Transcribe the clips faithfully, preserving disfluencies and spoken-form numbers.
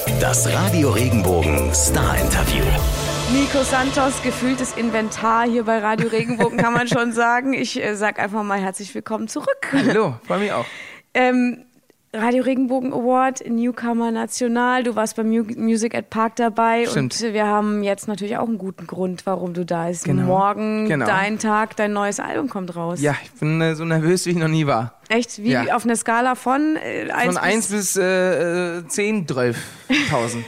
Das Radio Regenbogen Star Interview. Nico Santos, gefühltes Inventar hier bei Radio Regenbogen, kann man schon sagen. Ich äh, sag einfach mal herzlich willkommen zurück. Hallo, freue mich auch. Ähm, Radio Regenbogen Award, Newcomer National. Du warst beim Mu- Music at Park dabei. Stimmt. Und wir haben jetzt natürlich auch einen guten Grund, warum du da bist. Genau. Morgen, Genau. dein Tag, dein neues Album kommt raus. Ja, ich bin äh, so nervös, wie ich noch nie war. Echt? Wie Ja. auf einer Skala von äh, Von eins bis äh, zehn, zwölftausend.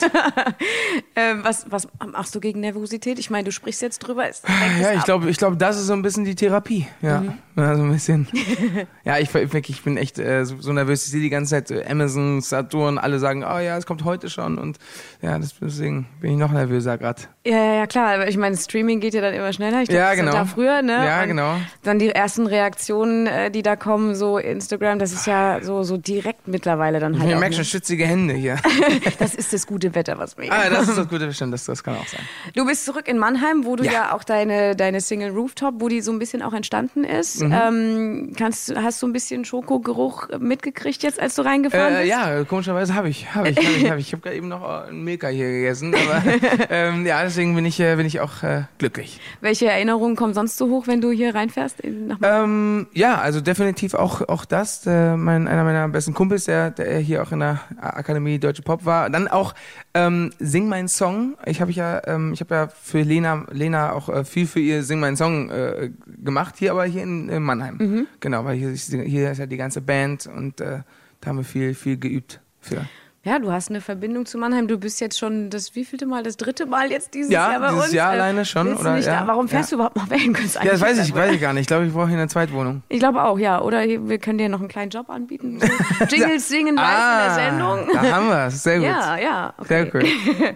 äh, was, was machst du gegen Nervosität? Ich meine, du sprichst jetzt drüber. Ist, Ja, ich glaube, ich glaub, das ist so ein bisschen die Therapie. Ja, Mhm. ja so ein bisschen. Ja, ich, wirklich, ich bin echt äh, so, so nervös. Ich sehe die ganze Zeit äh, Amazon, Saturn, alle sagen, oh ja, es kommt heute schon. Und ja, das, deswegen bin ich noch nervöser gerade. Ja, ja, ja, klar. Aber ich meine, Streaming geht ja dann immer schneller. Ich glaub, Ja, das ist genau. Da früher, ne? Ja, Und genau. Dann die ersten Reaktionen, äh, die da kommen, so Instagram, das ist ja so, so direkt mittlerweile dann halt Ich auch, merke ne? schon schützige Hände hier. Das ist das gute Wetter, was wir Ah, das ist das Gute, bestimmt, das, das kann auch sein. Du bist zurück in Mannheim, wo du ja, Ja. auch deine, deine Single Rooftop, wo die so ein bisschen auch entstanden ist. Mhm. Ähm, kannst, du- hast du ein bisschen Schokogeruch mitgekriegt jetzt, als du reingefahren Äh, bist? ja, komischerweise habe ich. Habe ich, habe ich, habe ich. Ich habe gerade eben noch einen Milka hier gegessen. Aber ähm, ja, deswegen bin ich, äh, bin ich auch äh, glücklich. Welche Erinnerungen kommen sonst so hoch, wenn du hier reinfährst? In, nach Mannheim? Ähm, ja, also definitiv auch, auch das. Äh, mein, einer meiner besten Kumpels, der, der hier auch in der Akademie Deutsche Pop war. Dann auch ähm, Sing meinen Song. Ich habe ja, ähm, ich habe ja für Lena, Lena auch äh, viel für ihr Sing meinen Song äh, gemacht. Hier aber hier in, in Mannheim. Mhm. Genau, weil hier, hier ist ja die ganze Band und äh, da haben wir viel, viel geübt für. Ja, du hast eine Verbindung zu Mannheim. Du bist jetzt schon das wievielte Mal, das dritte Mal jetzt dieses Ja, Jahr bei dieses uns. Jahr Äh, alleine schon, willst du oder? Nicht Ja, da? Warum fährst ja. du überhaupt nach Wellen? Könntest Ja, das weiß ich, einfach- weiß ich gar nicht. Ich glaube, ich brauche hier eine Zweitwohnung. Ich glaube auch, ja. Oder wir können dir noch einen kleinen Job anbieten. So Jingles singen live in der Sendung. Da haben wir es. Sehr gut. Ja, ja. Okay. Sehr cool.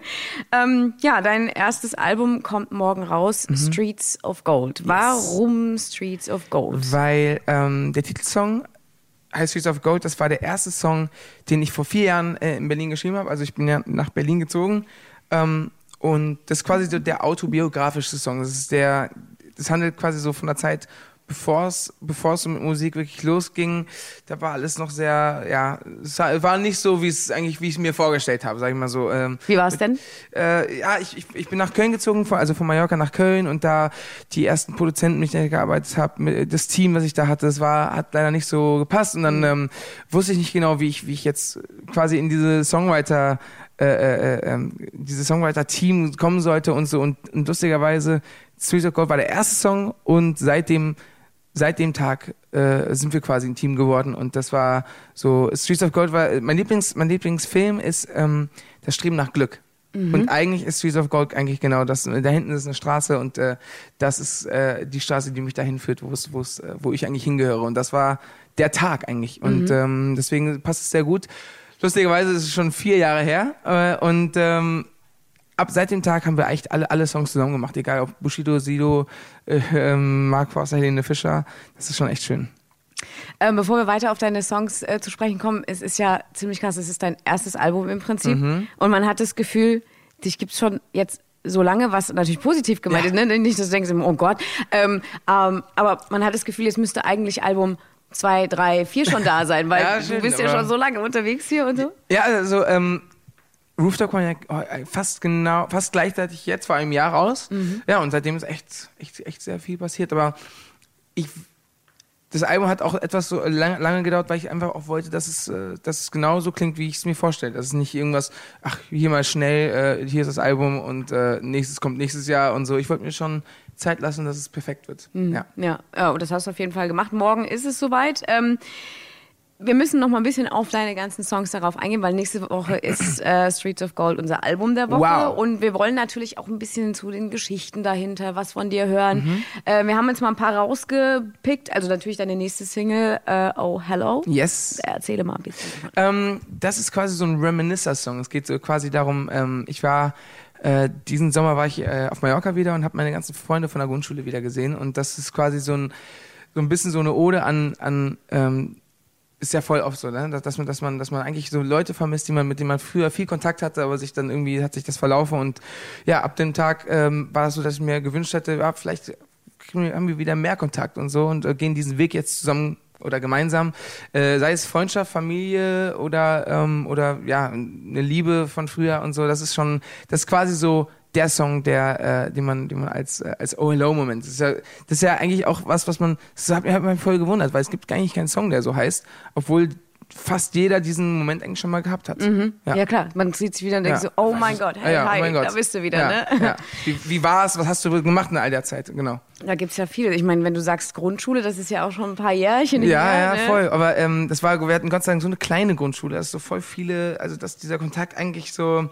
ähm, ja, dein erstes Album kommt morgen raus, Mhm. Streets of Gold. Warum Streets of Gold? Weil ähm, der Titelsong heißt Streets of Gold. Das war der erste Song, den ich vor vier Jahren äh, in Berlin geschrieben habe. Also ich bin ja nach Berlin gezogen. Ähm, und das ist quasi so der autobiografische Song. Das ist der, das handelt quasi so von der Zeit, bevor es bevor es so mit Musik wirklich losging. Da war alles noch sehr, ja, es war war nicht so, wie es eigentlich, wie ich es mir vorgestellt habe, sag ich mal so. Ähm, Wie war es denn? Äh, ja, ich, ich, ich bin nach Köln gezogen, von, also von Mallorca nach Köln und da die ersten Produzenten, mit denen ich gearbeitet habe, das Team, was ich da hatte, das war, hat leider nicht so gepasst und dann ähm, wusste ich nicht genau, wie ich, wie ich jetzt quasi in diese Songwriter, äh, äh, äh, diese Songwriter-Team kommen sollte und so und, und lustigerweise Streets of Gold war der erste Song und seitdem Seit dem Tag äh, sind wir quasi ein Team geworden und das war so, Streets of Gold war, mein Lieblings, mein Lieblingsfilm ist ähm, das Streben nach Glück. Mhm. Und eigentlich ist Streets of Gold eigentlich genau das. Da hinten ist eine Straße und äh, das ist äh, die Straße, die mich dahin führt, wo es, wo es, äh, wo ich eigentlich hingehöre. Und das war der Tag eigentlich. Und Mhm. ähm, deswegen passt es sehr gut. Lustigerweise ist es schon vier Jahre her äh, und ähm, ab seit dem Tag haben wir echt alle, alle Songs zusammen gemacht, egal ob Bushido, Sido, äh, ähm, Mark Forster, Helene Fischer. Das ist schon echt schön. Ähm, bevor wir weiter auf deine Songs äh, zu sprechen kommen, es ist ja ziemlich krass, es ist dein erstes Album im Prinzip Mhm. und man hat das Gefühl, dich gibt's schon jetzt so lange, was natürlich positiv gemeint Ja. ist, ne? Nicht, dass du denkst, oh Gott, ähm, ähm, aber man hat das Gefühl, es müsste eigentlich Album zwei, drei, vier schon da sein, weil Ja, du schön, bist ja aber- schon so lange unterwegs hier und so. Ja, also ähm, Rooftop kam ja fast genau, fast gleichzeitig jetzt vor einem Jahr raus. Mhm. Ja, und seitdem ist echt, echt, echt sehr viel passiert. Aber ich, das Album hat auch etwas so lange, lange gedauert, weil ich einfach auch wollte, dass es, äh, dass es genau so klingt, wie ich es mir vorstelle. Dass es nicht irgendwas, ach, hier mal schnell, äh, hier ist das Album und äh, nächstes kommt nächstes Jahr und so. Ich wollte mir schon Zeit lassen, dass es perfekt wird. Mhm. Ja. Ja, ja, und das hast du auf jeden Fall gemacht. Morgen ist es soweit. Ähm, wir müssen noch mal ein bisschen auf deine ganzen Songs darauf eingehen, weil nächste Woche ist äh, Streets of Gold unser Album der Woche. Wow. Und wir wollen natürlich auch ein bisschen zu den Geschichten dahinter, was von dir hören. Mhm. Äh, wir haben jetzt mal ein paar rausgepickt. Also natürlich deine nächste Single, äh, Oh Hello. Yes. Erzähle mal ein bisschen. Ähm, das ist quasi so ein Reminiscer-Song. Es geht so quasi darum, ähm, ich war, äh, diesen Sommer war ich äh, auf Mallorca wieder und habe meine ganzen Freunde von der Grundschule wieder gesehen. Und das ist quasi so ein, so ein bisschen so eine Ode an, an ähm, ist ja voll oft so, ne? dass, dass, man, dass, man, dass man eigentlich so Leute vermisst, die man, mit denen man früher viel Kontakt hatte, aber sich dann irgendwie hat sich das verlaufen. Und ja, ab dem Tag ähm, war es so, dass ich mir gewünscht hätte, ja, vielleicht haben wir wieder mehr Kontakt und so und äh, gehen diesen Weg jetzt zusammen oder gemeinsam, äh, sei es Freundschaft, Familie oder ähm, oder ja eine Liebe von früher und so. Das ist schon, das ist quasi so der Song, der, äh, den man, den man als äh, als Oh Hello Moment. Das ist ja, das ist ja eigentlich auch was, was man, das hat mich, hat mich voll gewundert, weil es gibt eigentlich keinen Song, der so heißt, obwohl fast jeder diesen Moment eigentlich schon mal gehabt hat. Mhm. Ja. ja klar, man sieht sich wieder und denkt ja. so, oh mein Gott, hey, ja, hi, oh mein Gott. da bist du wieder, ja, ne? Ja. Wie, wie war es, was hast du gemacht in all der Zeit, genau? Da gibt's ja viel. Ich meine, wenn du sagst Grundschule, das ist ja auch schon ein paar Jährchen. Ja, her, ja, ne? voll. Aber ähm, das war, wir hatten Gott sei Dank so eine kleine Grundschule, dass so voll viele, also dass dieser Kontakt eigentlich so,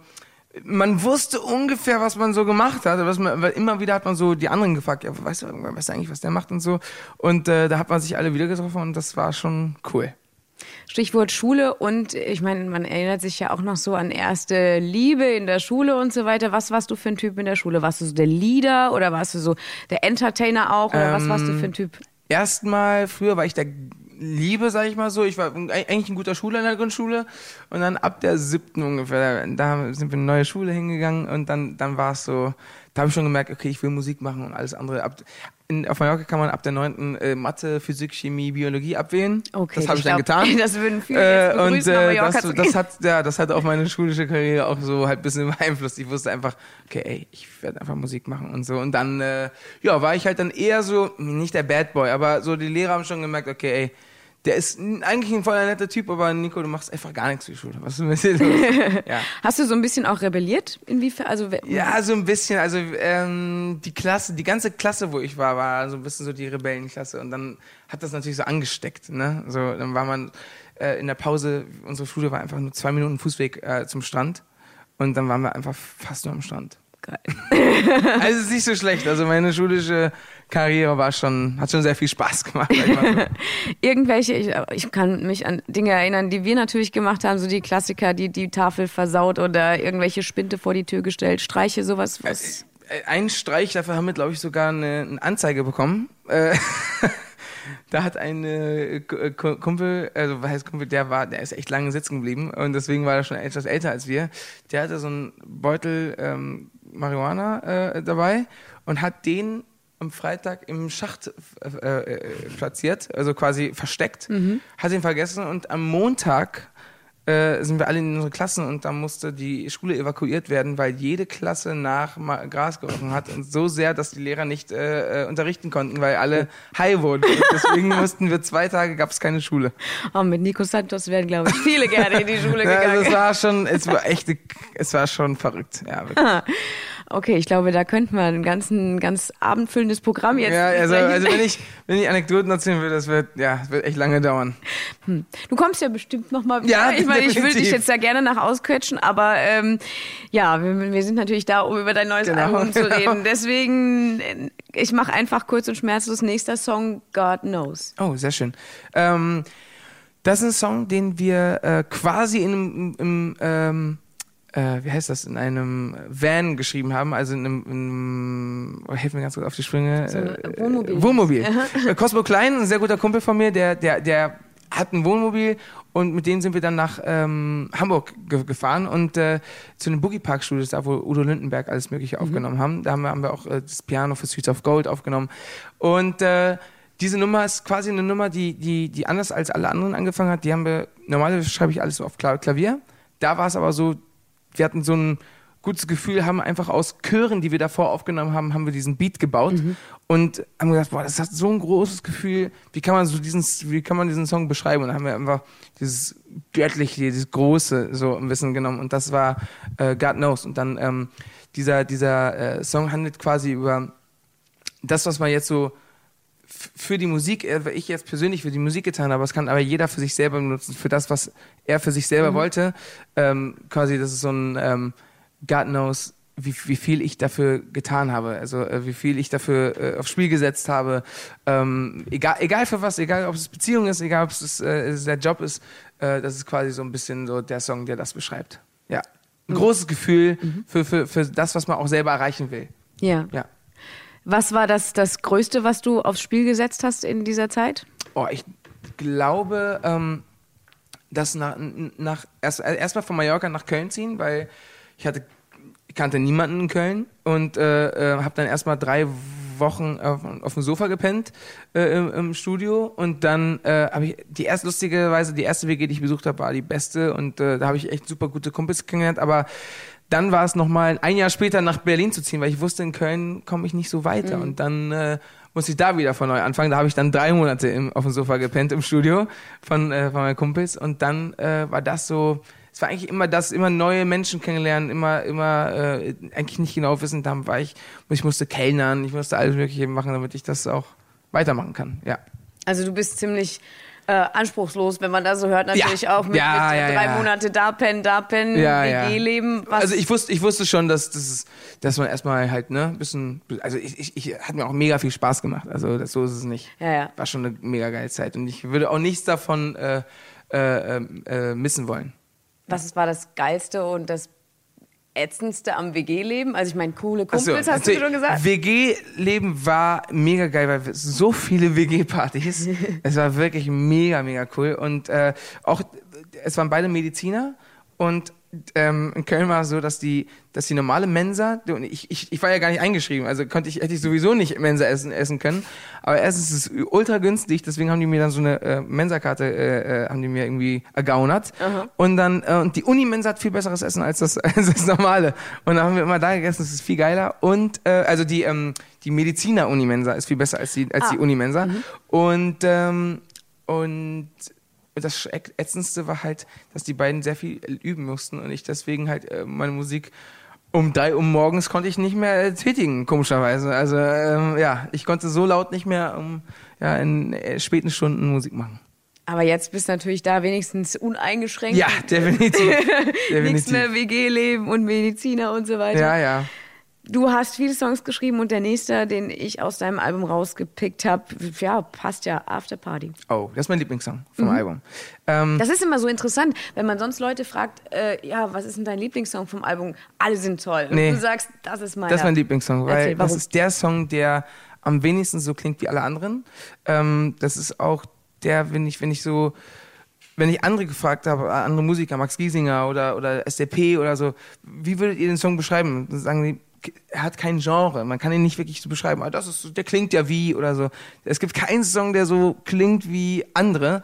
man wusste ungefähr, was man so gemacht hat, was man, weil immer wieder hat man so die anderen gefragt, ja, weißt du, weißt du eigentlich, was der macht und so. Und äh, da hat man sich alle wieder getroffen und das war schon cool. Stichwort Schule und ich meine, man erinnert sich ja auch noch so an erste Liebe in der Schule und so weiter. Was warst du für ein Typ in der Schule? Warst du so der Leader oder warst du so der Entertainer auch oder ähm, was warst du für ein Typ? Erstmal, früher war ich der Liebe, sag ich mal so. Ich war eigentlich ein guter Schüler in der Grundschule und dann ab der siebten ungefähr, da sind wir in eine neue Schule hingegangen und dann, dann war es so, da habe ich schon gemerkt, okay, ich will Musik machen und alles andere. Ab, in, auf Mallorca kann man ab der neunten Äh, Mathe, Physik, Chemie, Biologie abwählen. Okay, das habe ich, ich dann glaub, getan. Das würden viele jetzt begrüßen, und, äh, nach Mallorca das, zu das gehen. hat, ja, das hat auch meine schulische Karriere auch so halt ein bisschen beeinflusst. Ich wusste einfach, okay, ey, ich werde einfach Musik machen und so. Und dann, äh, ja, war ich halt dann eher so, nicht der Bad Boy, aber so die Lehrer haben schon gemerkt, okay, ey, der ist eigentlich ein voller netter Typ, aber Nico, du machst einfach gar nichts für die Schule. Was ist mit dir los? Ja. Hast du so ein bisschen auch rebelliert? Inwiefern? Also, ja, so ein bisschen. Also ähm, die Klasse, die ganze Klasse, wo ich war, war so ein bisschen so die Rebellenklasse. Und dann hat das natürlich so angesteckt. Ne? So, dann war man äh, in der Pause, unsere Schule war einfach nur zwei Minuten Fußweg äh, zum Strand. Und dann waren wir einfach fast nur am Strand. Geil. Also es ist nicht so schlecht. Also meine schulische Karriere war schon, hat schon sehr viel Spaß gemacht. Sag ich mal so. Irgendwelche, ich, ich kann mich an Dinge erinnern, die wir natürlich gemacht haben, so die Klassiker, die die Tafel versaut oder irgendwelche Spinte vor die Tür gestellt, Streiche, sowas. Was? Ein Streich, dafür haben wir, glaube ich, sogar eine, eine Anzeige bekommen. Äh, Da hat ein äh, Kumpel, also was heißt Kumpel, der war, der ist echt lange sitzen geblieben und deswegen war er schon etwas älter als wir. Der hatte so einen Beutel ähm, Marihuana äh, dabei und hat den am Freitag im Schacht äh, äh, platziert, also quasi versteckt, mhm. hat ihn vergessen und am Montag äh, sind wir alle in unsere Klassen und dann musste die Schule evakuiert werden, weil jede Klasse nach Gras gerochen hat und so sehr, dass die Lehrer nicht äh, unterrichten konnten, weil alle high wurden. Und deswegen mussten wir zwei Tage, gab es keine Schule. Oh, mit Nico Santos wären, glaube ich, viele gerne in die Schule gegangen. Ja, also es war schon, es war echt, es war schon verrückt. Ja, wirklich. Okay, ich glaube, da könnten wir ein ganz, ein ganz abendfüllendes Programm jetzt. Ja, also, also wenn ich, wenn ich Anekdoten erzählen will, das wird, ja, das wird echt lange dauern. Hm. Du kommst ja bestimmt noch mal. Ja, ich meine, ich will definitiv. dich jetzt da gerne nach ausquetschen, aber ähm, ja, wir, wir sind natürlich da, um über dein neues Genau, Album zu genau. reden. Deswegen, ich mache einfach kurz und schmerzlos nächster Song, God Knows. Oh, sehr schön. Ähm, das ist ein Song, den wir äh, quasi in einem, im, ähm, äh, wie heißt das, in einem Van geschrieben haben, also in einem, in einem oh, helf mir ganz kurz auf die Sprünge. So ein äh, Wohnmobil. Wohnmobil. äh, Cosmo Klein, ein sehr guter Kumpel von mir, der, der, der hat ein Wohnmobil und mit denen sind wir dann nach ähm, Hamburg ge- gefahren und äh, zu den Boogie Park Studios, da wo Udo Lindenberg alles Mögliche mhm. aufgenommen haben. Da haben wir, haben wir auch äh, das Piano für Streets of Gold aufgenommen und äh, diese Nummer ist quasi eine Nummer, die, die, die anders als alle anderen angefangen hat. Die haben wir, normalerweise schreibe ich alles so auf Klavier. Da war es aber so, wir hatten so ein gutes Gefühl, haben einfach aus Chören, die wir davor aufgenommen haben, haben wir diesen Beat gebaut mhm. und haben gedacht, boah, das hat so ein großes Gefühl, wie kann man so diesen, wie kann man diesen Song beschreiben? Und dann haben wir einfach dieses göttliche, dieses Große so im Wissen genommen und das war äh, God Knows. Und dann ähm, dieser, dieser äh, Song handelt quasi über das, was man jetzt so für die Musik, ich jetzt persönlich für die Musik getan habe, es kann aber jeder für sich selber benutzen, für das, was er für sich selber mhm. wollte. Ähm, quasi, das ist so ein ähm, God knows, wie, wie viel ich dafür getan habe, also äh, wie viel ich dafür äh, aufs Spiel gesetzt habe. Ähm, egal, egal für was, egal ob es Beziehung ist, egal ob es äh, der Job ist, äh, das ist quasi so ein bisschen so der Song, der das beschreibt. Ja, ein mhm. großes Gefühl mhm. für, für, für das, was man auch selber erreichen will. Ja. Ja. Was war das, das Größte, was du aufs Spiel gesetzt hast in dieser Zeit? Oh, ich glaube, ähm, dass nach, nach erst erstmal von Mallorca nach Köln ziehen, weil ich hatte, ich kannte niemanden in Köln und äh, äh, habe dann erstmal drei Wochen auf, auf dem Sofa gepennt äh, im, im Studio und dann äh, habe ich die erste, lustigerweise, die erste W G, die ich besucht habe, war die beste und äh, da habe ich echt super gute Kumpels kennengelernt, aber dann war es nochmal ein Jahr später nach Berlin zu ziehen, weil ich wusste, in Köln komme ich nicht so weiter mhm. und dann äh, musste ich da wieder von neu anfangen. Da habe ich dann drei Monate im, auf dem Sofa gepennt im Studio von, äh, von meinen Kumpels und dann äh, war das so, es war eigentlich immer das, immer neue Menschen kennenlernen, immer, immer äh, eigentlich nicht genau wissen, da war ich, ich musste kellnern, ich musste alles Mögliche machen, damit ich das auch weitermachen kann, ja. Also du bist ziemlich äh, anspruchslos, wenn man das so hört, natürlich ja. auch mit, ja, mit ja, drei ja. Monate da pennen, da pennen, ja, W G-Leben. Ja. Also ich wusste, ich wusste schon, dass, das ist, dass man erstmal halt, ne, ein bisschen, also ich, ich, ich hat mir auch mega viel Spaß gemacht, also das, so ist es nicht. Ja, ja. War schon eine mega geile Zeit und ich würde auch nichts davon äh, äh, äh, missen wollen. Was war das Geilste und das Ätzendste am W G-Leben? Also ich meine, coole Kumpels, so, hast also du schon gesagt? W G-Leben war mega geil, weil wir so viele W G-Partys. Es war wirklich mega, mega cool. Und äh, auch, es waren beide Mediziner und ähm, in Köln war es so, dass die, dass die normale Mensa, ich, ich, ich war ja gar nicht eingeschrieben, also konnte ich, hätte ich sowieso nicht Mensa essen, essen können. Aber erstens ist es ultra günstig, deswegen haben die mir dann so eine äh, Mensa-Karte, äh, äh, haben die mir irgendwie ergaunert. Uh-huh. Und dann, äh, und die Uni-Mensa hat viel besseres Essen als das, als das normale. Und dann haben wir immer da gegessen, das ist viel geiler. Und, äh, also die, ähm, die Mediziner-Uni-Mensa ist viel besser als die, als ah. die Uni-Mensa. Mhm. Und, ähm, und, das Ätzendste war halt, dass die beiden sehr viel üben mussten und ich deswegen halt äh, meine Musik um drei Uhr morgens konnte ich nicht mehr äh, tätigen, komischerweise. Also ähm, ja, ich konnte so laut nicht mehr um, ja, in äh, späten Stunden Musik machen. Aber jetzt bist du natürlich da wenigstens uneingeschränkt. Ja, definitiv. definitiv. Nichts mehr W G-Leben und Mediziner und so weiter. Ja, ja. Du hast viele Songs geschrieben und der nächste, den ich aus deinem Album rausgepickt habe, ja, passt ja, After Party. Oh, das ist mein Lieblingssong vom mhm. Album. Ähm, das ist immer so interessant, wenn man sonst Leute fragt, äh, ja, was ist denn dein Lieblingssong vom Album? Alle sind toll. Und nee, du sagst, das ist meiner. Das ist mein Lieblingssong, weil Erzähl, das ist der Song, der am wenigsten so klingt wie alle anderen. Ähm, das ist auch der, wenn ich, wenn ich so... Wenn ich andere gefragt habe, andere Musiker, Max Giesinger oder, oder S D P oder so, wie würdet ihr den Song beschreiben? Dann sagen die, er hat kein Genre, man kann ihn nicht wirklich so beschreiben, aber das ist, der klingt ja wie oder so. Es gibt keinen Song, der so klingt wie andere.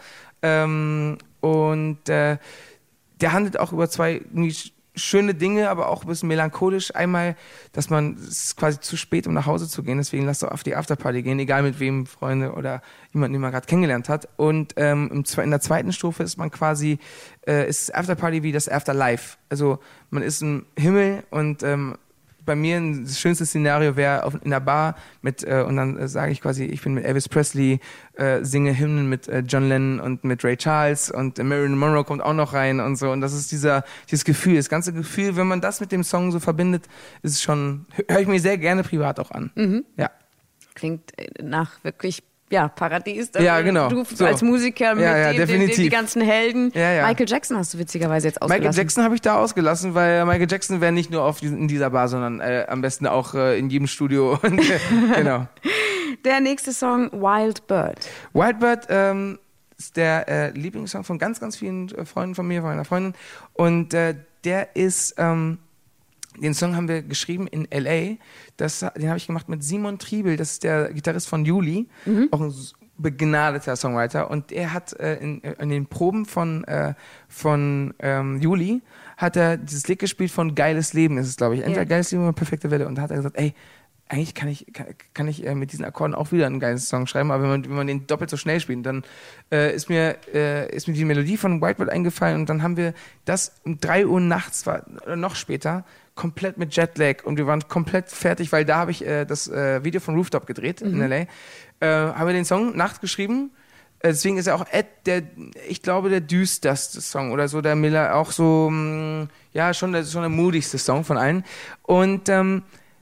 Ähm, und äh, der handelt auch über zwei schöne Dinge, aber auch ein bisschen melancholisch. Einmal, dass man, es ist quasi zu spät, um nach Hause zu gehen, deswegen lasst doch auf die Afterparty gehen, egal mit wem, Freunde oder jemanden, den man gerade kennengelernt hat. Und ähm, im, in der zweiten Strophe ist man quasi, äh, ist Afterparty wie das Afterlife. Also man ist im Himmel und ähm, bei mir das schönste Szenario wäre in der Bar mit äh, und dann äh, sage ich quasi, ich bin mit Elvis Presley, äh, singe Hymnen mit äh, John Lennon und mit Ray Charles und äh, Marilyn Monroe kommt auch noch rein und so und das ist dieser dieses Gefühl, das ganze Gefühl, wenn man das mit dem Song so verbindet, ist es schon, höre ich mir sehr gerne privat auch an. Mhm. Ja. Klingt nach wirklich ja, Paradies. Also ja, genau. Du so. als Musiker mit ja, ja, dem, den, den, die ganzen Helden. Ja, ja. Michael Jackson hast du witzigerweise jetzt ausgelassen. Michael Jackson habe ich da ausgelassen, weil Michael Jackson wäre nicht nur auf diesen, in dieser Bar, sondern äh, am besten auch äh, in jedem Studio. Und, äh, genau. Der nächste Song, Wild Bird. Wild Bird ähm, ist der äh, Lieblingssong von ganz, ganz vielen äh, Freunden von mir, von meiner Freundin. Und äh, der ist... Ähm, Den Song haben wir geschrieben in L A. Das, den habe ich gemacht mit Simon Triebel, das ist der Gitarrist von Juli, mhm. auch ein begnadeter Songwriter. Und er hat äh, in, in den Proben von, äh, von ähm, Juli hat er dieses Lied gespielt von Geiles Leben, ist es, glaube ich. Entweder yeah. Geiles Leben oder Perfekte Welle. Und da hat er gesagt, ey, eigentlich kann ich, kann, kann ich äh, mit diesen Akkorden auch wieder einen geilen Song schreiben, aber wenn man, wenn man den doppelt so schnell spielt, dann äh, ist, mir, äh, ist mir die Melodie von Whitebird eingefallen und dann haben wir das um drei Uhr nachts, war, oder noch später, komplett mit Jetlag und wir waren komplett fertig, weil da habe ich äh, das äh, Video von Rooftop gedreht mhm. in L A. Äh, haben wir den Song nachts geschrieben, äh, deswegen ist er auch Ed, der, ich glaube, der düsterste Song oder so, der Miller auch so, mh, ja, schon der, schon der mutigste Song von allen und ähm,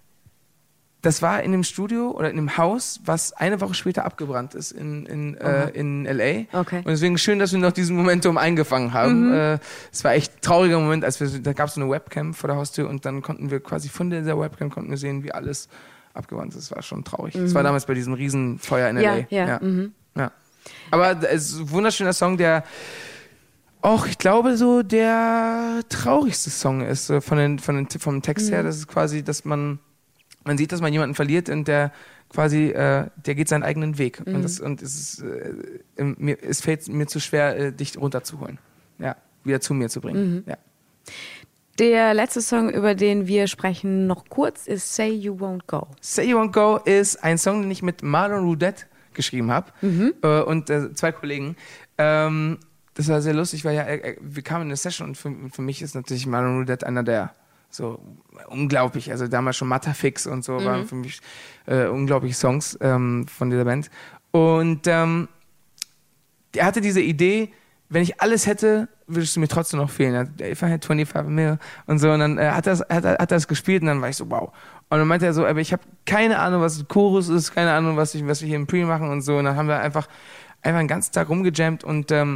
das war in dem Studio oder in dem Haus, was eine Woche später abgebrannt ist in, in, äh, in L A. Okay. Und deswegen schön, dass wir noch diesen Momentum eingefangen haben. Mhm. Äh, es war echt ein trauriger Moment, als wir, da gab es so eine Webcam vor der Haustür und dann konnten wir quasi von dieser Webcam konnten wir sehen, wie alles abgebrannt ist. Das war schon traurig. Das mhm. war damals bei diesem Riesenfeuer in L A. Ja, ja. Ja. Mhm. ja. Aber es ist ein wunderschöner Song, der auch, ich glaube, so der traurigste Song ist, so von den, von den, vom Text mhm. her. Das ist quasi, dass man Man sieht, dass man jemanden verliert und der quasi, äh, der geht seinen eigenen Weg. Mhm. Und, das, und es, ist, äh, mir, es fällt mir zu schwer, äh, dich runterzuholen. Ja, wieder zu mir zu bringen. Mhm. Ja. Der letzte Song, über den wir sprechen, noch kurz, ist Say You Won't Go. Say You Won't Go ist ein Song, den ich mit Marlon Roudette geschrieben habe mhm. äh, und äh, zwei Kollegen. Ähm, das war sehr lustig, weil ja, äh, wir kamen in eine Session und für, für mich ist natürlich Marlon Roudette einer der so unglaublich, also damals schon Matafix und so, mhm. waren für mich äh, unglaubliche Songs ähm, von dieser Band. Und ähm, er hatte diese Idee, wenn ich alles hätte, würdest du mir trotzdem noch fehlen. If I had twenty-five mil und so. Und dann äh, hat er hat, hat das gespielt und dann war ich so, wow. Und dann meinte er so, aber ich habe keine Ahnung, was ein Chorus ist, keine Ahnung, was, ich, was wir hier im Pre machen und so. Und dann haben wir einfach, einfach den ganzen Tag rumgejammt und ähm,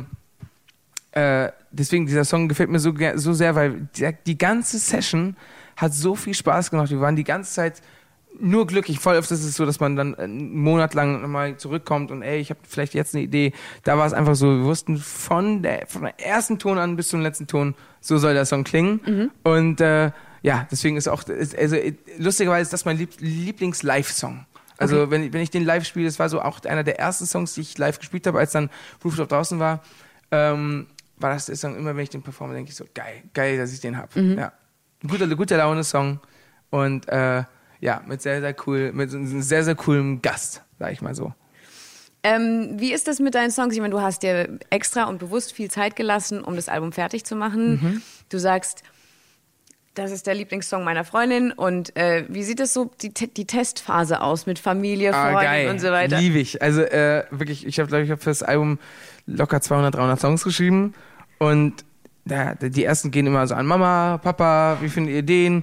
äh, deswegen, dieser Song gefällt mir so, so sehr, weil die, die ganze Session hat so viel Spaß gemacht. Wir waren die ganze Zeit nur glücklich. Voll oft ist es so, dass man dann einen Monat lang nochmal zurückkommt und ey, ich habe vielleicht jetzt eine Idee. Da war es einfach so, wir wussten von der, von der ersten Ton an bis zum letzten Ton, so soll der Song klingen. Mhm. Und äh, ja, deswegen ist auch, ist, also lustigerweise ist das mein Lieb- Lieblings-Live-Song. Also okay. wenn, ich, wenn ich den live spiele, das war so auch einer der ersten Songs, die ich live gespielt habe, als dann Rooftop draußen war, ähm, war das der Song, immer wenn ich den performe, denke ich so, geil, geil, dass ich den habe. Mhm. Ja. Ein guter, guter Laune-Song und äh, ja, mit sehr, sehr cool, mit einem sehr, sehr coolem Gast, sag ich mal so. Ähm, wie ist das mit deinen Songs? Ich meine, du hast dir extra und bewusst viel Zeit gelassen, um das Album fertig zu machen. Mhm. Du sagst, das ist der Lieblingssong meiner Freundin. Und äh, wie sieht das so, die, die Testphase aus mit Familie, Freunden ah, und so weiter? Liebe ich. Also äh, wirklich, ich habe, glaube ich, hab für das Album locker zweihundert, dreihundert Songs geschrieben. Und Ja, die ersten gehen immer so an Mama, Papa, wie findet ihr den?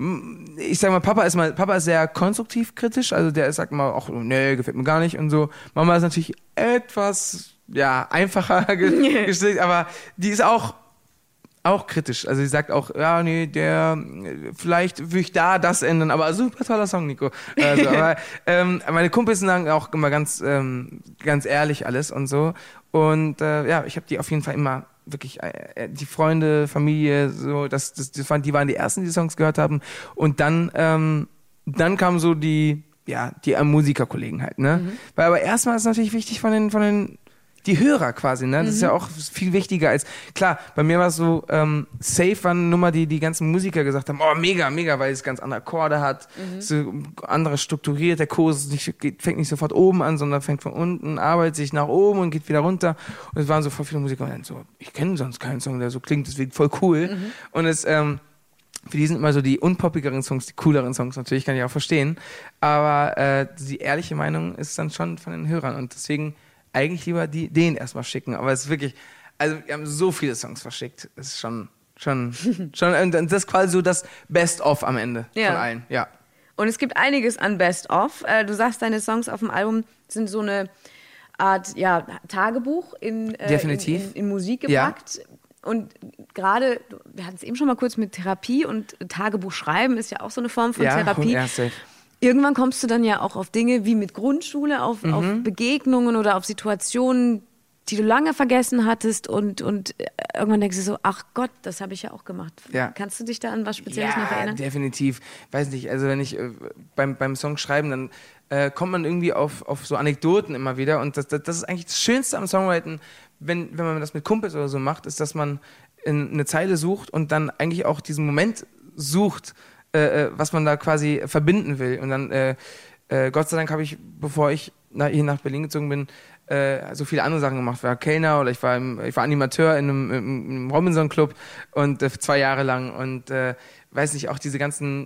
Ich sag mal, Papa ist mal, Papa ist sehr konstruktiv kritisch, also der sagt mal auch, nee, gefällt mir gar nicht und so. Mama ist natürlich etwas, ja, einfacher gestellt, aber die ist auch, auch kritisch. Also sie sagt auch, ja, nee, der, vielleicht würde ich da das ändern, aber super toller Song, Nico. Also, aber ähm, meine Kumpels sagen auch immer ganz, ähm, ganz ehrlich alles und so. Und äh, ja, ich habe die auf jeden Fall immer wirklich äh, die Freunde, Familie, so, das, das, das waren, die waren die ersten, die, die Songs gehört haben. Und dann, ähm, dann kamen so die, ja, die Musikerkollegen halt, ne? Mhm. Weil aber erstmal ist natürlich wichtig von den, von den, die Hörer quasi, ne? Das mhm. ist ja auch viel wichtiger als, klar, bei mir war es so, ähm, Safe war eine Nummer, die die ganzen Musiker gesagt haben, oh, mega, mega, weil es ganz andere Akkorde hat, mhm. so andere strukturiert, der Kurs nicht, geht, fängt nicht sofort oben an, sondern fängt von unten, arbeitet sich nach oben und geht wieder runter. Und es waren so voll viele Musiker, und dann so, ich kenne sonst keinen Song, der so klingt, deswegen voll cool. Mhm. Und es, ähm, für die sind immer so die unpoppigeren Songs, die cooleren Songs, natürlich, kann ich auch verstehen. Aber äh, die ehrliche Meinung ist dann schon von den Hörern und deswegen eigentlich lieber die, den erstmal schicken. Aber es ist wirklich, also wir haben so viele Songs verschickt. Es ist schon, schon, schon, und das ist quasi so das Best-of am Ende ja. von allen, ja. Und es gibt einiges an Best-of. Du sagst, deine Songs auf dem Album sind so eine Art, ja, Tagebuch in, Definitiv. in, in, in Musik gepackt. Ja. Und gerade, wir hatten es eben schon mal kurz mit Therapie und Tagebuch schreiben ist ja auch so eine Form von ja, Therapie. Ja, safe. Irgendwann kommst du dann ja auch auf Dinge wie mit Grundschule, auf, mhm. auf Begegnungen oder auf Situationen, die du lange vergessen hattest und, und irgendwann denkst du so, ach Gott, das habe ich ja auch gemacht. Ja. Kannst du dich da an was Spezielles ja, noch erinnern? Ja, definitiv. Weiß nicht, also wenn ich äh, beim, beim Song schreiben, dann äh, kommt man irgendwie auf, auf so Anekdoten immer wieder und das, das, das ist eigentlich das Schönste am Songwriting, wenn, wenn man das mit Kumpels oder so macht, ist, dass man in eine Zeile sucht und dann eigentlich auch diesen Moment sucht, Äh, was man da quasi verbinden will. Und dann, äh, äh, Gott sei Dank habe ich, bevor ich nach, hier nach Berlin gezogen bin, äh, so viele andere Sachen gemacht. Ich war Kellner oder ich war, im, ich war Animateur in einem, im Robinson-Club und äh, zwei Jahre lang und äh, weiß nicht, auch diese ganzen,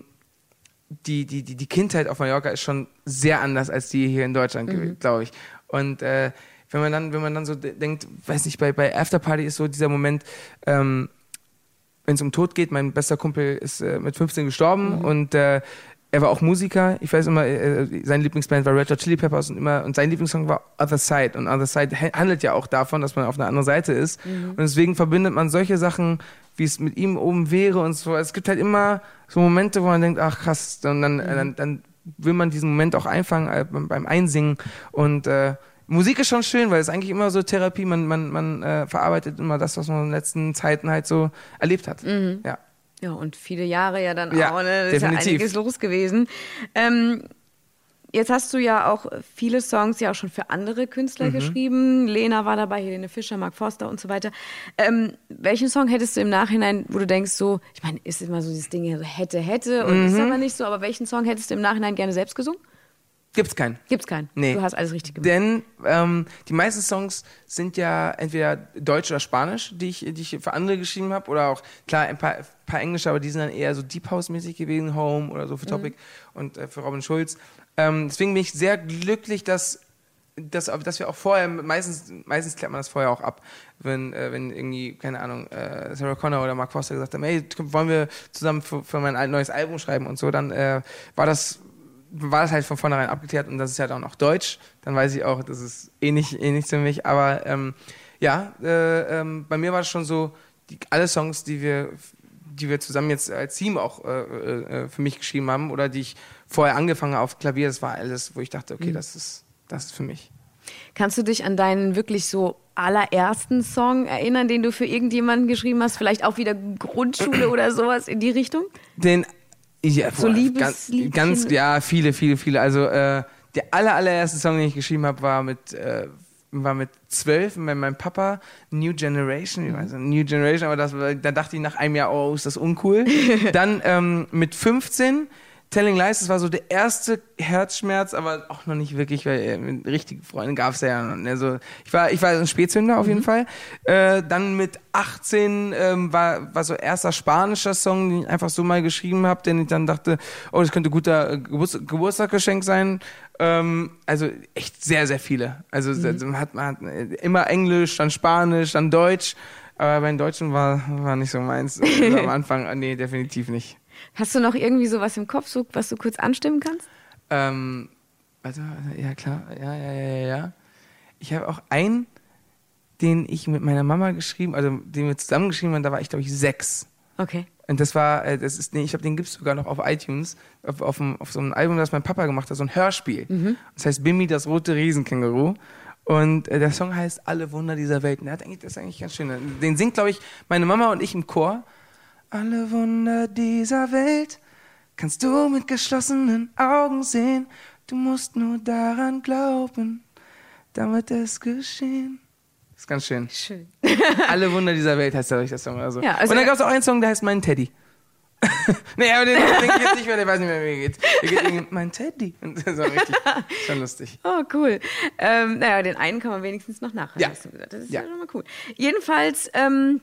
die, die, die, die Kindheit auf Mallorca ist schon sehr anders als die hier in Deutschland, mhm. glaube ich. Und äh, wenn man dann, wenn man dann so denkt, weiß nicht, bei, bei Afterparty ist so dieser Moment, ähm, wenn es um Tod geht, mein bester Kumpel ist äh, mit fünfzehn gestorben mhm. und äh, er war auch Musiker. Ich weiß immer, äh, sein Lieblingsband war Red Hot Chili Peppers und immer und sein Lieblingssong war Other Side und Other Side handelt ja auch davon, dass man auf einer anderen Seite ist mhm. und deswegen verbindet man solche Sachen, wie es mit ihm oben wäre und so. Es gibt halt immer so Momente, wo man denkt, ach krass, und dann, mhm. äh, dann, dann will man diesen Moment auch einfangen äh, beim Einsingen und äh, Musik ist schon schön, weil es eigentlich immer so Therapie, man, man, man äh, verarbeitet immer das, was man in den letzten Zeiten halt so erlebt hat. Mhm. Ja. Ja, und viele Jahre ja dann ja, auch, ne? Da ist definitiv. ja einiges los gewesen. Ähm, Jetzt hast du ja auch viele Songs ja auch schon für andere Künstler mhm. geschrieben. Lena war dabei, Helene Fischer, Mark Forster und so weiter. Ähm, welchen Song hättest du im Nachhinein, wo du denkst so, ich meine, ist immer so dieses Ding, so hätte, hätte und mhm. ist aber nicht so, aber welchen Song hättest du im Nachhinein gerne selbst gesungen? Gibt's keinen. Gibt's keinen. Nee. Du hast alles richtig gemacht. Denn ähm, die meisten Songs sind ja entweder Deutsch oder Spanisch, die ich, die ich für andere geschrieben habe, oder auch, klar, ein paar, paar Englische, aber die sind dann eher so Deep House-mäßig gewesen, Home oder so für Topic mhm. und äh, für Robin Schulz. Ähm, deswegen bin ich sehr glücklich, dass, dass, dass wir auch vorher, meistens, meistens klärt man das vorher auch ab, wenn, äh, wenn irgendwie, keine Ahnung, äh, Sarah Connor oder Mark Forster gesagt haben, hey, wollen wir zusammen für, für mein neues Album schreiben und so, dann äh, war das war das halt von vornherein abgeklärt und das ist ja dann auch Deutsch, dann weiß ich auch, das ist eh nicht, eh nichts für mich, aber ähm, ja, äh, ähm, bei mir war es schon so, die, alle Songs, die wir, die wir zusammen jetzt als Team auch äh, äh, für mich geschrieben haben oder die ich vorher angefangen habe auf Klavier, das war alles, wo ich dachte, okay, mhm. das ist, das ist für mich. Kannst du dich an deinen wirklich so allerersten Song erinnern, den du für irgendjemanden geschrieben hast, vielleicht auch wieder Grundschule oder sowas in die Richtung? Den Ja, so ganz, ganz, ja, viele, viele, viele. Also äh, der aller, allererste Song, den ich geschrieben habe, war mit äh, war mit zwölf mit meinem Papa, New Generation, ich weiß nicht, New Generation, aber das, da dachte ich nach einem Jahr, oh, ist das uncool. Dann ähm, mit fünfzehn Telling Lies, das war so der erste Herzschmerz, aber auch noch nicht wirklich, weil äh, mit richtigen Freunden gab es ja noch. Also ich war, ich war ein Spätzünder auf jeden mhm. Fall. Äh, dann mit achtzehn ähm, war, war so erster spanischer Song, den ich einfach so mal geschrieben habe, den ich dann dachte, oh, das könnte guter äh, Geburts- Geburtstagsgeschenk sein. Ähm, also echt sehr, sehr viele. Also mhm. man hat, man hat immer Englisch, dann Spanisch, dann Deutsch. Aber beim Deutschen war, war nicht so meins. Also am Anfang, nee, definitiv nicht. Hast du noch irgendwie sowas im Kopf, so, was du kurz anstimmen kannst? Ähm, also, ja klar, ja, ja, ja, ja, ja. Ich habe auch einen, den ich mit meiner Mama geschrieben, also den wir zusammen geschrieben haben, da war ich, glaube ich, sechs. Okay. Und das war, das ist, nee, ich glaube, den gibt es sogar noch auf iTunes, auf, auf, auf so einem Album, das mein Papa gemacht hat, so ein Hörspiel. Mhm. Das heißt Bimmi, das rote Riesenkänguru. Und äh, der Song heißt Alle Wunder dieser Welt. Und der hat eigentlich, das ist eigentlich ganz schön. Den singt, glaube ich, meine Mama und ich im Chor. Alle Wunder dieser Welt kannst du mit geschlossenen Augen sehen. Du musst nur daran glauben, damit es geschehen. Das ist ganz schön. Schön. Alle Wunder dieser Welt heißt der Song oder so. Ja, also und dann gab es auch einen Song, der heißt Mein Teddy. Nee, aber den denke ich jetzt nicht mehr, der weiß nicht mehr, wie er geht. Der geht irgendwie, mein Teddy. Und das ist auch richtig, schon lustig. Oh, cool. Ähm, naja, den einen kann man wenigstens noch nachhören, ja. hast du gesagt. Das ist ja. ja schon mal cool. Jedenfalls ähm,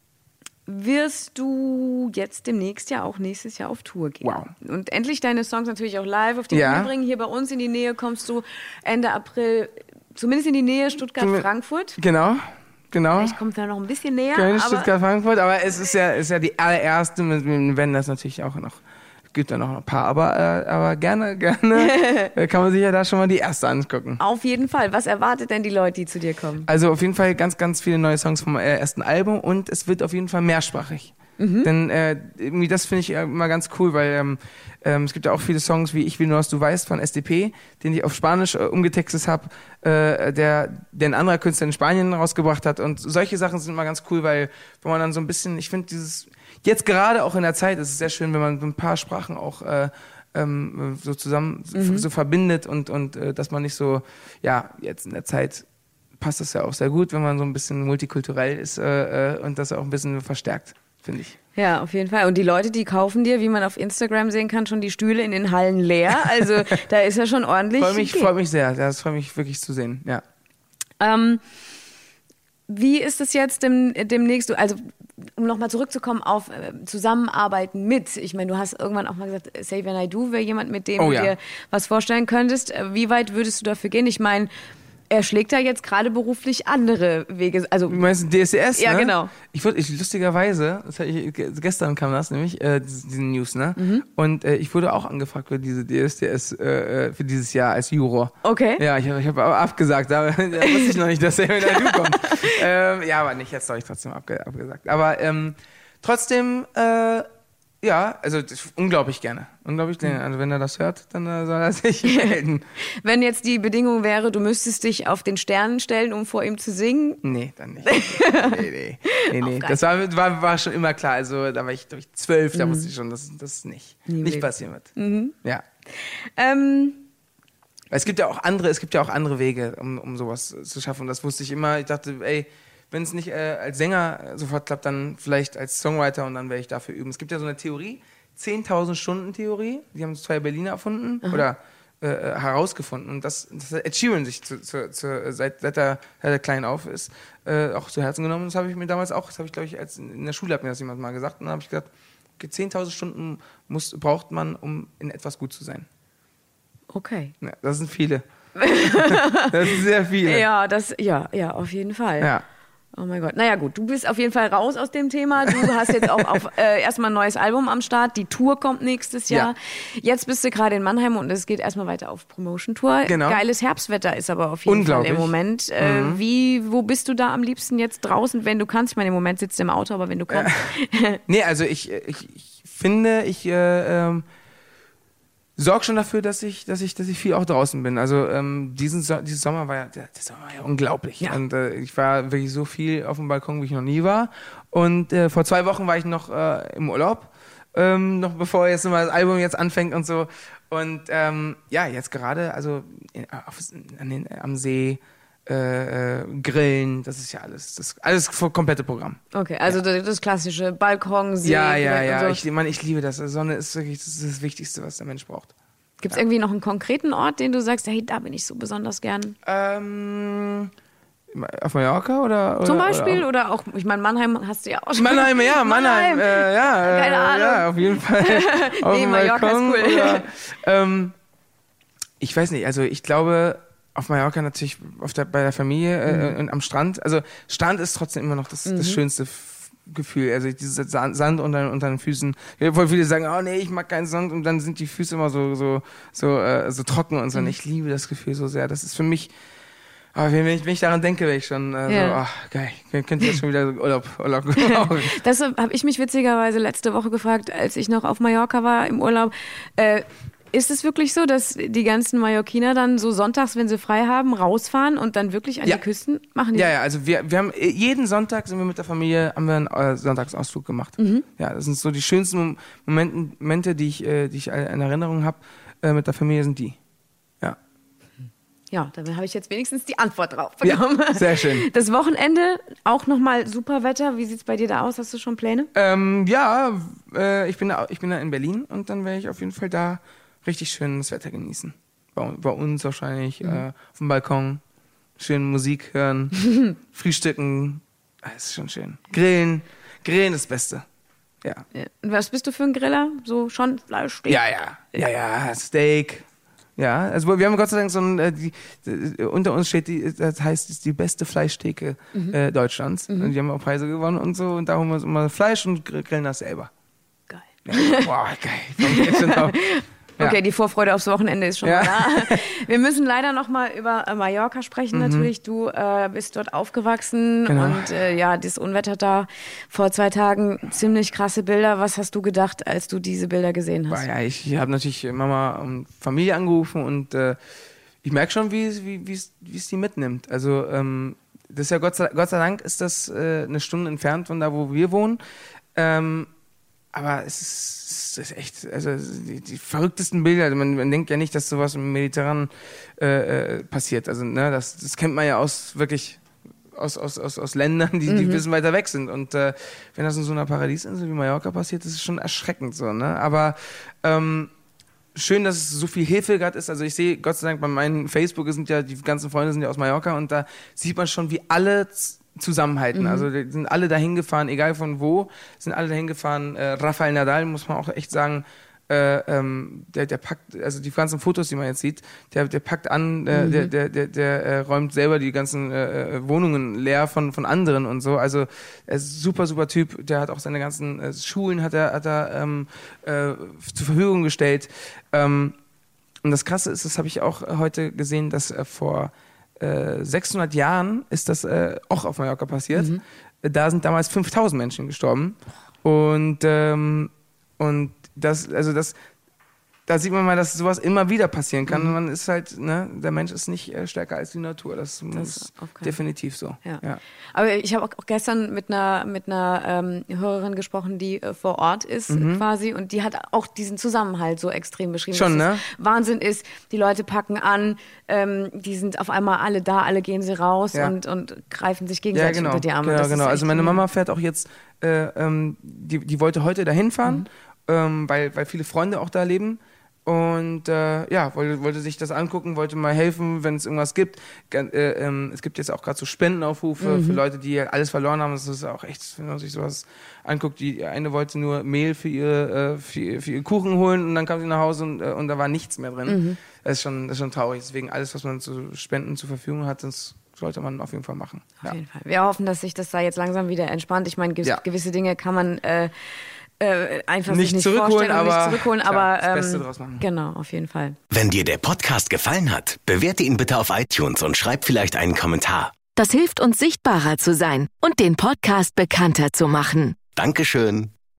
wirst du jetzt demnächst ja auch nächstes Jahr auf Tour gehen. Wow. Und endlich deine Songs natürlich auch live auf die ja. Bühne bringen. Hier bei uns in die Nähe kommst du Ende April, zumindest in die Nähe Stuttgart-Frankfurt. Genau. Genau. Vielleicht kommt da noch ein bisschen näher. Köln, aber Stuttgart, Frankfurt, aber es ist ja, ist ja die allererste, wenn das natürlich auch noch, es gibt ja noch ein paar, aber, äh, aber gerne, gerne kann man sich ja da schon mal die erste angucken. Auf jeden Fall. Was erwartet denn die Leute, die zu dir kommen? Also auf jeden Fall ganz, ganz viele neue Songs vom äh, ersten Album und es wird auf jeden Fall mehrsprachig. Mhm. Denn äh, irgendwie das finde ich immer ganz cool, weil ähm, ähm, es gibt ja auch viele Songs wie Ich will nur, was du weißt von S D P, den ich auf Spanisch äh, umgetextet habe, äh, der, der ein anderer Künstler in Spanien rausgebracht hat und solche Sachen sind immer ganz cool, weil wenn man dann so ein bisschen, ich finde dieses, jetzt gerade auch in der Zeit ist es sehr schön, wenn man so ein paar Sprachen auch äh, ähm, so zusammen mhm. so verbindet und, und äh, dass man nicht so, ja, jetzt in der Zeit passt das ja auch sehr gut, wenn man so ein bisschen multikulturell ist äh, äh, und das auch ein bisschen verstärkt. Finde ich. Ja, auf jeden Fall. Und die Leute, die kaufen dir, wie man auf Instagram sehen kann, schon die Stühle in den Hallen leer. Also da ist ja schon ordentlich. Freue mich, freut mich sehr. Das freut mich wirklich zu sehen. Ja. Ähm, wie ist es jetzt dem, demnächst? Also um nochmal zurückzukommen auf äh, Zusammenarbeiten mit. Ich meine, du hast irgendwann auch mal gesagt, Xavier Naidoo wäre jemand, mit dem oh, du ja. dir was vorstellen könntest. Wie weit würdest du dafür gehen? Ich meine, er schlägt da jetzt gerade beruflich andere Wege. Also, du meinst D S D S, ja, ne? genau. Ich wurde, ich, lustigerweise, das hatte ich, gestern kam das nämlich, äh, diesen News, ne? Mhm. Und äh, ich wurde auch angefragt für diese D S D S äh, für dieses Jahr als Juror. Okay. Ja, ich, ich habe aber abgesagt, da, da wusste ich noch nicht, dass er mit Naidoo kommt. ähm, ja, aber nicht, jetzt habe ich trotzdem abge, abgesagt. Aber ähm, trotzdem, äh, ja, also unglaublich gerne. Unglaublich gerne. Also wenn er das hört, dann äh, soll er sich melden. Wenn jetzt die Bedingung wäre, du müsstest dich auf den Sternen stellen, um vor ihm zu singen? Nee, dann nicht. nee, nee. nee, nee. Das war, war, war schon immer klar. Also da war ich, glaube ich, zwölf, da mhm. wusste ich schon, dass das nicht, Nie nicht will. passieren wird. Mhm. Ja. Ähm, Weil es gibt ja auch andere, es gibt ja auch andere Wege, um, um sowas zu schaffen. Und das wusste ich immer. Ich dachte, ey, wenn es nicht äh, als Sänger sofort klappt, dann vielleicht als Songwriter und dann werde ich dafür üben. Es gibt ja so eine Theorie, zehntausend Stunden Theorie, die haben zwei Berliner erfunden Aha. oder äh, herausgefunden. Und das, das hat Ed Sheeran sich zu, zu, zu, seit, seit, er, seit er klein auf ist, äh, auch zu Herzen genommen. Das habe ich mir damals auch, das habe ich glaube ich, als in der Schule hat mir das jemand mal gesagt. Und dann habe ich gesagt, okay, zehntausend Stunden muss, braucht man, um in etwas gut zu sein. Okay. Ja, das sind viele. Das sind sehr viele. Ja, das, ja, ja, auf jeden Fall. Ja. Oh mein Gott. Naja gut, du bist auf jeden Fall raus aus dem Thema. Du hast jetzt auch auf, äh, erstmal ein neues Album am Start. Die Tour kommt nächstes Jahr. Ja. Jetzt bist du gerade in Mannheim und es geht erstmal weiter auf Promotion-Tour. Genau. Geiles Herbstwetter ist aber auf jeden Fall im Moment. Äh, mhm. Wie, wo bist du da am liebsten jetzt draußen, wenn du kannst? Ich meine, im Moment sitzt du im Auto, aber wenn du kommst. Äh, nee, also ich, ich, ich finde, ich äh, ähm, sorg schon dafür, dass ich, dass ich, dass ich viel auch draußen bin. Also ähm, diesen so- dieses Sommer war ja, der, der Sommer war ja unglaublich. Ja. Und äh, ich war wirklich so viel auf dem Balkon, wie ich noch nie war. Und äh, vor zwei Wochen war ich noch äh, im Urlaub, ähm, noch bevor jetzt nochmal das Album jetzt anfängt und so. Und ähm, ja, jetzt gerade, also in, auf, an den, am See. Äh, äh, Grillen, das ist ja alles, das alles komplette Programm. Okay, also ja. das, das klassische Balkon, See. Ja, ja, ja. So. Ich, Mann, ich liebe das. Sonne ist wirklich das, ist das Wichtigste, was der Mensch braucht. Gibt es ja. irgendwie noch einen konkreten Ort, den du sagst, hey, da bin ich so besonders gern? Ähm, auf Mallorca oder? oder Zum Beispiel oder, oder auch, ich meine, Mannheim hast du ja auch schon. Mannheim, ja, Mannheim, Mannheim. Äh, ja. Keine Ahnung. Ja, auf jeden Fall. Auf nee, Mallorca ist cool. Oder, ähm, ich weiß nicht, also ich glaube, auf Mallorca natürlich auf der, bei der Familie äh, mhm. und am Strand. Also Strand ist trotzdem immer noch das, mhm. das schönste F- Gefühl. Also dieses Sand unter, unter den Füßen. Voll viele sagen, oh nee, ich mag keinen Sand und dann sind die Füße immer so so so, äh, so trocken und so. Mhm. Und ich liebe das Gefühl so sehr. Das ist für mich, oh, wenn, ich, wenn ich daran denke, wäre ich schon äh, ja. so, oh, geil, könnte jetzt schon wieder Urlaub, Urlaub Das habe ich mich witzigerweise letzte Woche gefragt, als ich noch auf Mallorca war im Urlaub. Äh, Ist es wirklich so, dass die ganzen Mallorquiner dann so sonntags, wenn sie frei haben, rausfahren und dann wirklich an ja. die Küsten machen? Die ja, ja, also wir, wir haben jeden Sonntag sind wir mit der Familie, haben wir einen äh, Sonntagsausflug gemacht. Mhm. Ja, das sind so die schönsten Momente, Momente die ich, äh, die ich in Erinnerung habe äh, mit der Familie, sind die. Ja. Ja, da habe ich jetzt wenigstens die Antwort drauf bekommen. Ja, sehr schön. Das Wochenende, auch nochmal super Wetter. Wie sieht es bei dir da aus? Hast du schon Pläne? Ähm, ja, äh, ich bin da, ich bin da in Berlin und dann werde ich auf jeden Fall da richtig schönes Wetter genießen. Bei, bei uns wahrscheinlich, mhm. äh, auf dem Balkon, schön Musik hören, frühstücken, das ist schon schön. Grillen, Grillen ist das Beste. Ja. Und was bist du für ein Griller? So schon Fleischsteak? Ja, ja, ja, ja, Steak. Ja, also wir haben Gott sei Dank so ein, äh, die, die, unter uns steht, die, das heißt, es ist die beste Fleischtheke mhm. äh, Deutschlands. Mhm. Und die haben auch Preise gewonnen und so und da holen wir uns immer Fleisch und grillen das selber. Geil. Ja, boah, geil. Ich freue mich jetzt schon drauf. Okay, ja. die Vorfreude aufs Wochenende ist schon ja. mal da. Wir müssen leider noch mal über äh, Mallorca sprechen. Mhm. Natürlich, du äh, bist dort aufgewachsen genau. und äh, ja, das Unwetter da vor zwei Tagen, ziemlich krasse Bilder. Was hast du gedacht, als du diese Bilder gesehen hast? Ja, ich, ich habe natürlich Mama und Familie angerufen und äh, ich merke schon, wie es wie, wie es die mitnimmt. Also ähm, das ist ja Gott sei, Gott sei Dank ist das äh, eine Stunde entfernt von da, wo wir wohnen. Ähm, Aber es ist, es ist echt, also die, die verrücktesten Bilder. Also man, man denkt ja nicht, dass sowas im Mediterranen äh, äh, passiert. Also ne, das, das kennt man ja aus wirklich aus aus aus, aus Ländern, die, die mhm. ein bisschen weiter weg sind. Und äh, wenn das in so einer Paradiesinsel wie Mallorca passiert, das ist schon erschreckend so. Ne, aber ähm, schön, dass es so viel Hilfe gerade ist. Also ich sehe, Gott sei Dank, bei meinen Facebook sind ja die ganzen Freunde sind ja aus Mallorca und da sieht man schon, wie alle z- zusammenhalten. Mhm. Also die sind alle dahin gefahren, egal von wo, sind alle dahin gefahren. Äh, Rafael Nadal, muss man auch echt sagen, äh, ähm, der, der packt, also die ganzen Fotos, die man jetzt sieht, der, der packt an, äh, mhm. der, der, der, der äh, räumt selber die ganzen äh, Wohnungen leer von, von anderen und so. Also er ist ein super, super Typ. Der hat auch seine ganzen äh, Schulen hat er, hat er ähm, äh, zur Verfügung gestellt. Ähm, und das Krasse ist, das habe ich auch heute gesehen, dass äh, vor äh, sechshundert Jahren ist das äh, auch auf Mallorca passiert. Mhm. Da sind damals fünftausend Menschen gestorben. Und, ähm, und das, also das, da sieht man mal, dass sowas immer wieder passieren kann. Mhm. Man ist halt, ne, der Mensch ist nicht äh, stärker als die Natur. Das, das ist definitiv so. Ja. Ja. Aber ich habe auch gestern mit einer, mit einer ähm, Hörerin gesprochen, die äh, vor Ort ist mhm. quasi, und die hat auch diesen Zusammenhalt so extrem beschrieben. Schon, ne? Wahnsinn ist, die Leute packen an, ähm, die sind auf einmal alle da, alle gehen sie raus ja. und, und greifen sich gegenseitig ja, genau. unter die Arme. Genau, das genau. Also meine Mama fährt auch jetzt, äh, ähm, die, die wollte heute dahin fahren, mhm. ähm, weil, weil viele Freunde auch da leben. Und äh, ja, wollte, wollte sich das angucken, wollte mal helfen, wenn es irgendwas gibt. Äh, ähm, es gibt jetzt auch gerade so Spendenaufrufe mhm. für Leute, die alles verloren haben. Das ist auch echt, wenn man sich sowas anguckt. Die eine wollte nur Mehl für ihre, äh, für, für ihren Kuchen holen und dann kam sie nach Hause und, äh, und da war nichts mehr drin. Mhm. Das ist schon, das ist schon traurig. Deswegen alles, was man zu Spenden zur Verfügung hat, das sollte man auf jeden Fall machen. Auf ja. jeden Fall. Wir hoffen, dass sich das da jetzt langsam wieder entspannt. Ich meine, gew- ja. gewisse Dinge kann man äh, Äh, einfach nicht sich nicht zurückholen, vorstellen und aber, nicht zurückholen, klar, aber das ähm, Beste draus machen. Genau, auf jeden Fall. Wenn dir der Podcast gefallen hat, bewerte ihn bitte auf iTunes und schreib vielleicht einen Kommentar. Das hilft uns, sichtbarer zu sein und den Podcast bekannter zu machen. Dankeschön.